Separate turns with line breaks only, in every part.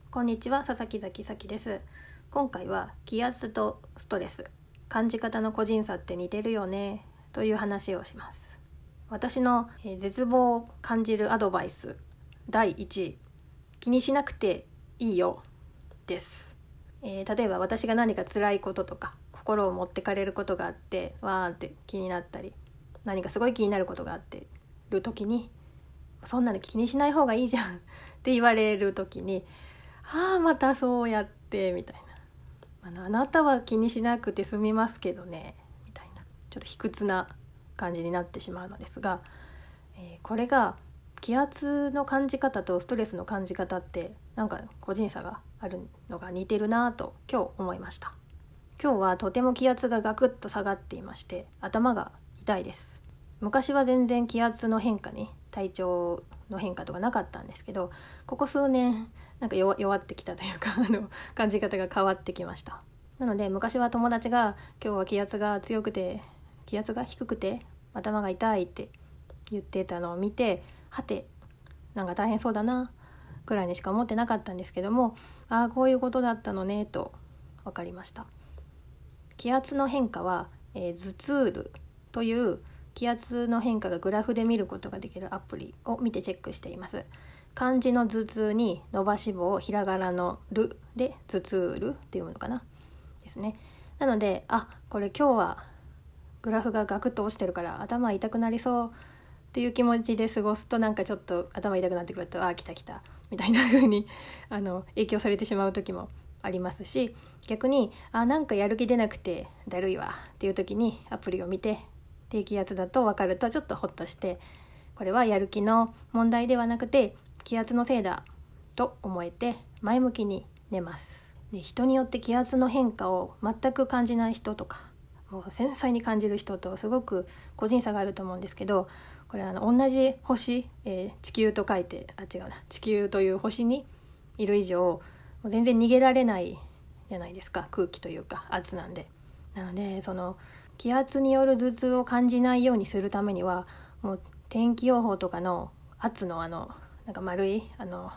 こんにちは、佐々木崎咲です。今回は気圧とストレス、感じ方の個人差って似てるよねという話をします。私の絶望を感じるアドバイス第1位、気にしなくていいよです。例えば私が何か辛いこととか心を持ってかれることがあってわーんって気になったり、何かすごい気になることがあってる時に、そんなの気にしない方がいいじゃんって言われる時に、またそうやってみたいな、あなたは気にしなくて済みますけどねみたいな、ちょっと卑屈な感じになってしまうのですが、これが気圧の感じ方とストレスの感じ方ってなんか個人差があるのが似てるなと今日思いました。今日はとても気圧がガクッと下がっていまして、頭が痛いです。昔は全然気圧の変化に体調の変化とかなかったんですけど、ここ数年なんか弱ってきたというか感じ方が変わってきました。なので昔は友達が今日は気圧が強くて気圧が低くて頭が痛いって言ってたのを見て、はてなんか大変そうだなくらいにしか思ってなかったんですけども、こういうことだったのねと分かりました。気圧の変化は、ズツールという気圧の変化がグラフで見ることができるアプリを見てチェックしています。漢字の頭痛に伸ばし棒、ひらがなのるで頭痛るっていうのかなですね。なのでこれ今日はグラフがガクッと落ちてるから頭痛くなりそうっていう気持ちで過ごすと、なんかちょっと頭痛くなってくると来たみたいな風に影響されてしまう時もありますし、逆になんかやる気出なくてだるいわっていう時にアプリを見て低気圧だと分かるとちょっとホッとして、これはやる気の問題ではなくて気圧のせいだと思えて前向きに寝ます。で、人によって気圧の変化を全く感じない人とかもう繊細に感じる人とすごく個人差があると思うんですけど、これ同じ星、地球と書いて地球という星にいる以上もう全然逃げられないじゃないですか。空気というか圧なんで。なのでその気圧による頭痛を感じないようにするためには、もう天気予報とかの圧のなんか丸い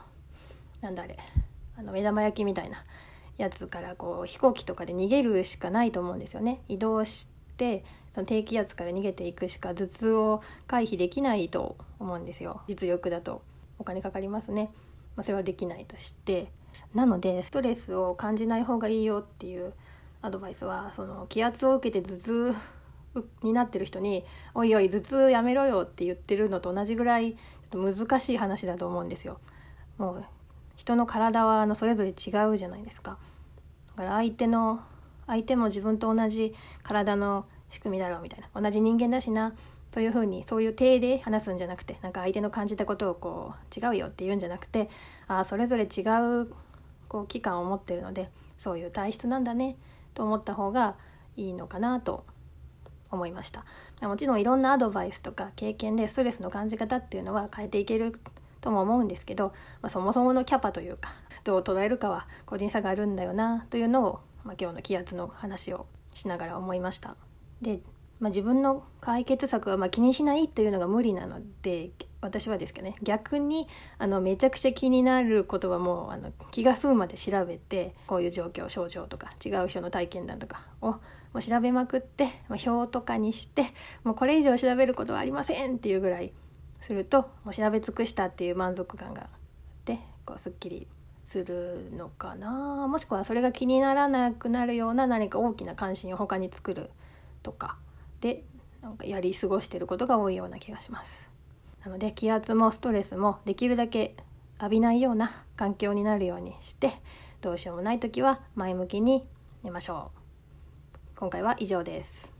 目玉焼きみたいなやつからこう飛行機とかで逃げるしかないと思うんですよね。移動してその低気圧から逃げていくしか頭痛を回避できないと思うんですよ。実力だとお金かかりますね。それはできないとして、なのでストレスを感じない方がいいよっていうアドバイスは、その気圧を受けて頭痛になってる人においおい頭痛やめろよって言ってるのと同じぐらいちょっと難しい話だと思うんですよ。もう人の体はそれぞれ違うじゃないですか。だから相手も自分と同じ体の仕組みだろうみたいな、同じ人間だしなというふうに、そういう体で話すんじゃなくて、なんか相手の感じたことを違うよって言うんじゃなくて、それぞれ違う器官を持ってるので、そういう体質なんだねと思った方がいいのかなと思いました。もちろんいろんなアドバイスとか経験でストレスの感じ方っていうのは変えていけるとも思うんですけど、そもそものキャパというかどう捉えるかは個人差があるんだよなというのを、今日の気圧の話をしながら思いました。で、自分の解決策は気にしないというのが無理なので、私はですけどね、逆にめちゃくちゃ気になることはもう気が済むまで調べて、こういう状況、症状とか違う人の体験談とかをもう調べまくって、表とかにして、もうこれ以上調べることはありませんっていうぐらいすると、もう調べ尽くしたっていう満足感があってすっきりするのかな。もしくはそれが気にならなくなるような何か大きな関心を他に作るとかでなんかやり過ごしていることが多いような気がします。なので気圧もストレスもできるだけ浴びないような環境になるようにして、どうしようもない時は前向きに寝ましょう。今回は以上です。